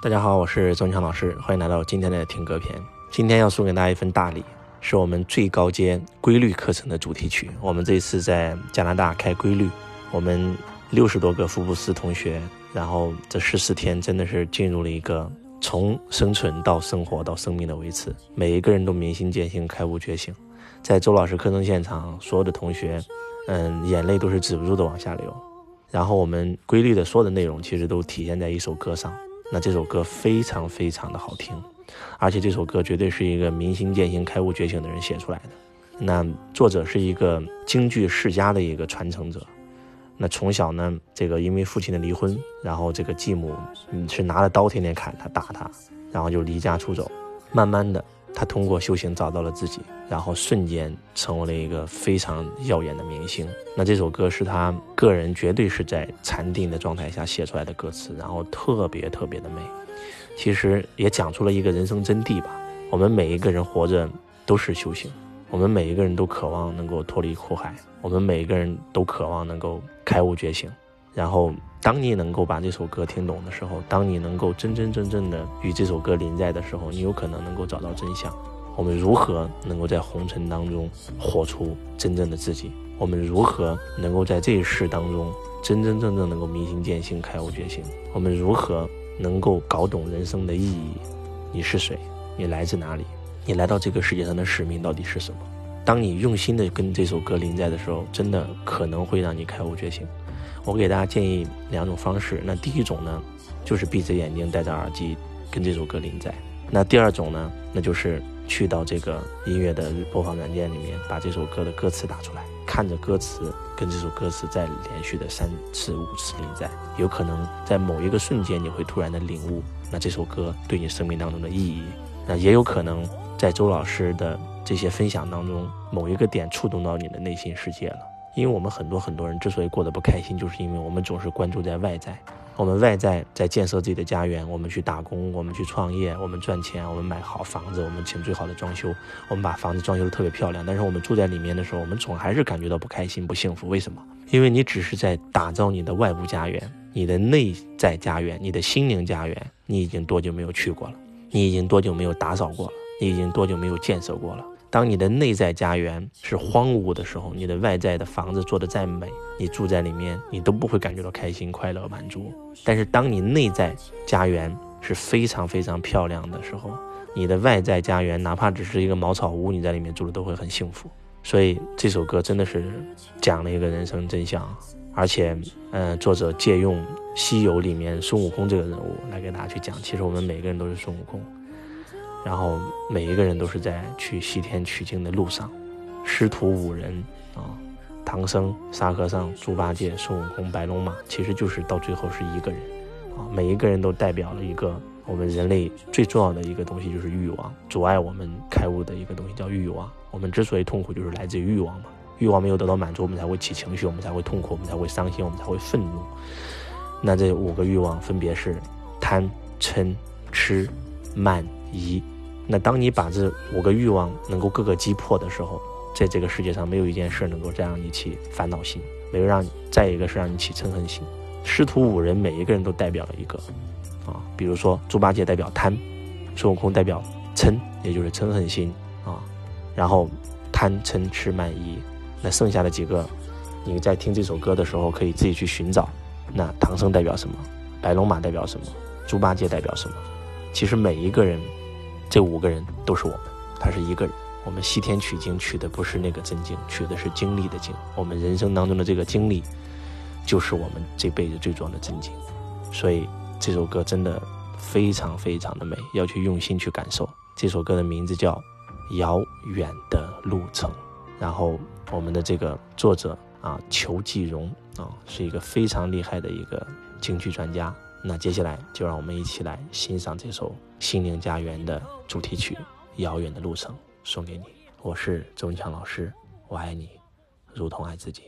大家好，我是周文强老师，欢迎来到今天的听歌篇。今天要送给大家一份大礼，是我们最高阶规律课程的主题曲。我们这次在加拿大开规律，我们60多个福布斯同学，然后这14天真的是进入了一个从生存到生活到生命的维持，每一个人都明心见性，开悟觉醒。在周老师课程现场，所有的同学眼泪都是止不住的往下流。然后我们规律的所有的内容其实都体现在一首歌上，那这首歌非常非常的好听，而且这首歌绝对是一个明心见性开悟觉醒的人写出来的。那作者是一个京剧世家的一个传承者，那从小呢，这个因为父亲的离婚，然后这个继母是拿了刀天天砍他打他，然后就离家出走。慢慢的他通过修行找到了自己，然后瞬间成为了一个非常耀眼的明星。那这首歌是他个人绝对是在禅定的状态下写出来的歌词，然后特别特别的美。其实也讲出了一个人生真谛吧，我们每一个人活着都是修行，我们每一个人都渴望能够脱离苦海，我们每一个人都渴望能够开悟觉醒。然后当你能够把这首歌听懂的时候，当你能够真真正正的与这首歌临在的时候，你有可能能够找到真相。我们如何能够在红尘当中活出真正的自己？我们如何能够在这一世当中真真正正能够明心见性，开悟觉醒？我们如何能够搞懂人生的意义？你是谁？你来自哪里？你来到这个世界上的使命到底是什么？当你用心的跟这首歌临在的时候，真的可能会让你开悟觉醒。我给大家建议2种方式。那第一种呢，就是闭着眼睛戴着耳机跟这首歌临在。那第二种呢，那就是去到这个音乐的播放软件里面，把这首歌的歌词打出来，看着歌词跟这首歌词再连续的3次5次临在。有可能在某一个瞬间你会突然的领悟那这首歌对你生命当中的意义。那也有可能在周老师的这些分享当中，某一个点触动到你的内心世界了。因为我们很多人之所以过得不开心，就是因为我们总是关注在外在，我们外在在建设自己的家园，我们去打工，我们去创业，我们赚钱，我们买好房子，我们请最好的装修，我们把房子装修得特别漂亮，但是我们住在里面的时候，我们总还是感觉到不开心不幸福。为什么？因为你只是在打造你的外部家园，你的内在家园，你的心灵家园，你已经多久没有去过了？你已经多久没有打扫过了？你已经多久没有建设过了？当你的内在家园是荒芜的时候，你的外在的房子做得再美，你住在里面你都不会感觉到开心快乐满足。但是当你内在家园是非常非常漂亮的时候，你的外在家园哪怕只是一个茅草屋，你在里面住的都会很幸福。所以这首歌真的是讲了一个人生真相，而且作者借用西游里面孙悟空这个人物来给大家去讲，其实我们每个人都是孙悟空，然后每一个人都是在去西天取经的路上。师徒5人唐僧、沙和尚、猪八戒、孙悟空、白龙马，其实就是到最后是一个人每一个人都代表了一个我们人类最重要的一个东西，就是欲望，阻碍我们开悟的一个东西叫欲望。我们之所以痛苦，就是来自于欲望嘛，欲望没有得到满足，我们才会起情绪，我们才会痛苦，我们才会伤心，我们才会愤怒。那这5个欲望分别是贪、嗔、痴、慢、疑。那当你把这5个欲望能够各个击破的时候，在这个世界上没有一件事能够再让你起烦恼心，没有再一个是让你起嗔恨心。师徒5人每一个人都代表了一个比如说猪八戒代表贪，孙悟空代表嗔，也就是嗔恨心然后贪嗔痴慢疑。那剩下的几个你在听这首歌的时候可以自己去寻找，那唐僧代表什么，白龙马代表什么，猪八戒代表什么。其实每一个人，这5个人都是我们，他是一个人。我们西天取经取的不是那个真经，取的是经历的经。我们人生当中的这个经历就是我们这辈子最重要的真经。所以这首歌真的非常非常的美，要去用心去感受。这首歌的名字叫遥远的路程。然后我们的这个作者裘继荣是一个非常厉害的一个京剧专家。那接下来就让我们一起来欣赏这首心灵家园的主题曲《遥远的路程》，送给你。我是周文强老师，我爱你如同爱自己。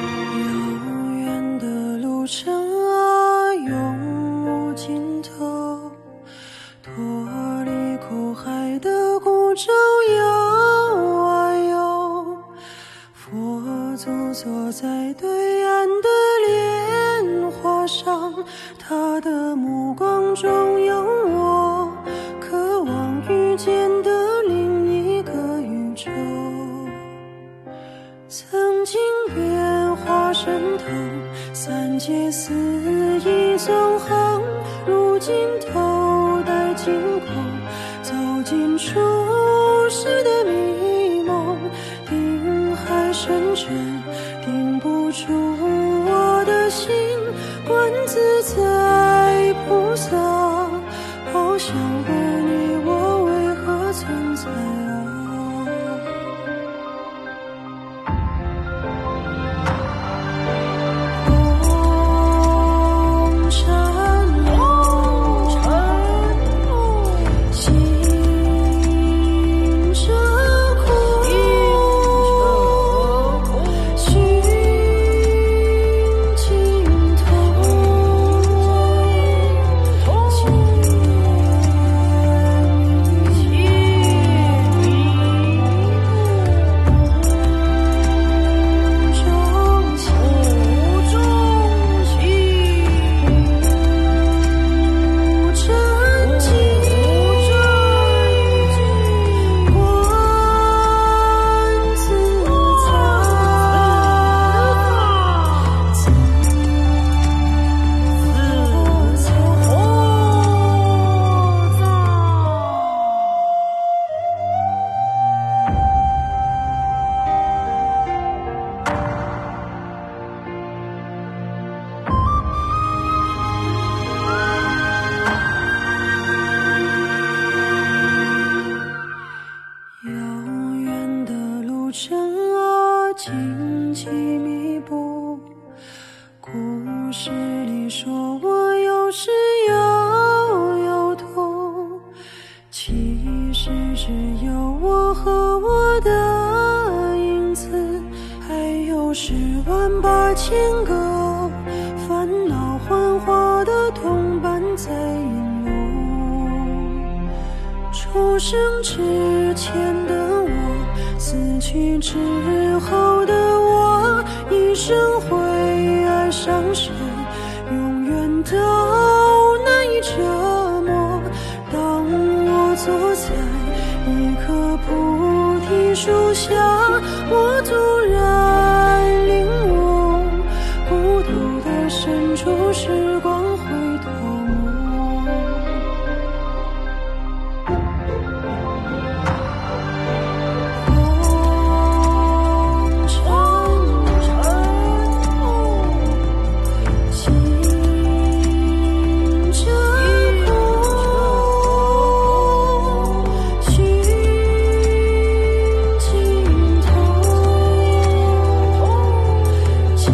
遥远的路程啊，永无尽头。 他的目光中有我，渴望遇见的另一个宇宙。曾经变化神通，三界肆意纵横，如今头戴金箍，走进出世的迷梦。定海神针，定不住我的心，观自在菩萨，好想问你我为何存在啊？108000个烦恼幻化的同伴在引路，出生之前的我，死去之后的我，一生会爱上谁，永远都难以折磨。当我坐在一棵菩提树下，我突然领悟，孤独的深处时光会透幕。红尘尘雾，行者苦，寻尽头，情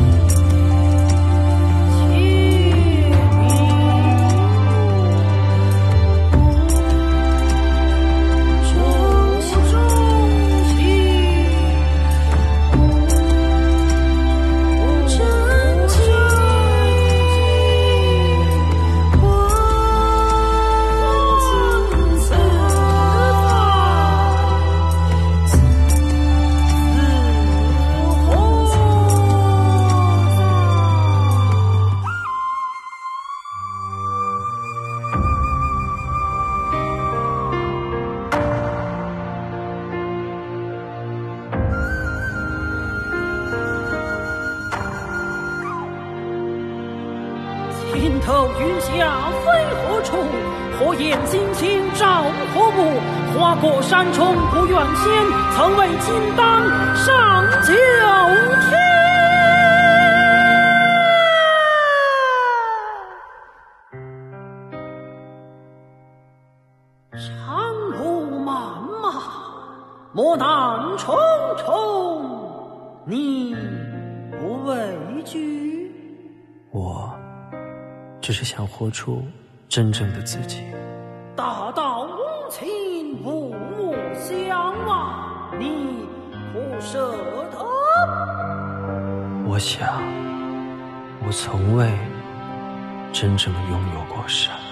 青头云下飞何处？火焰金睛照何物？花果山中不远仙，曾为金丹上九天。长路漫漫，磨难重重，你不畏惧？ 我只是想活出真正的自己。 大道无情，无我相忘，你不舍得？ 我想，我从未真正拥有过什么。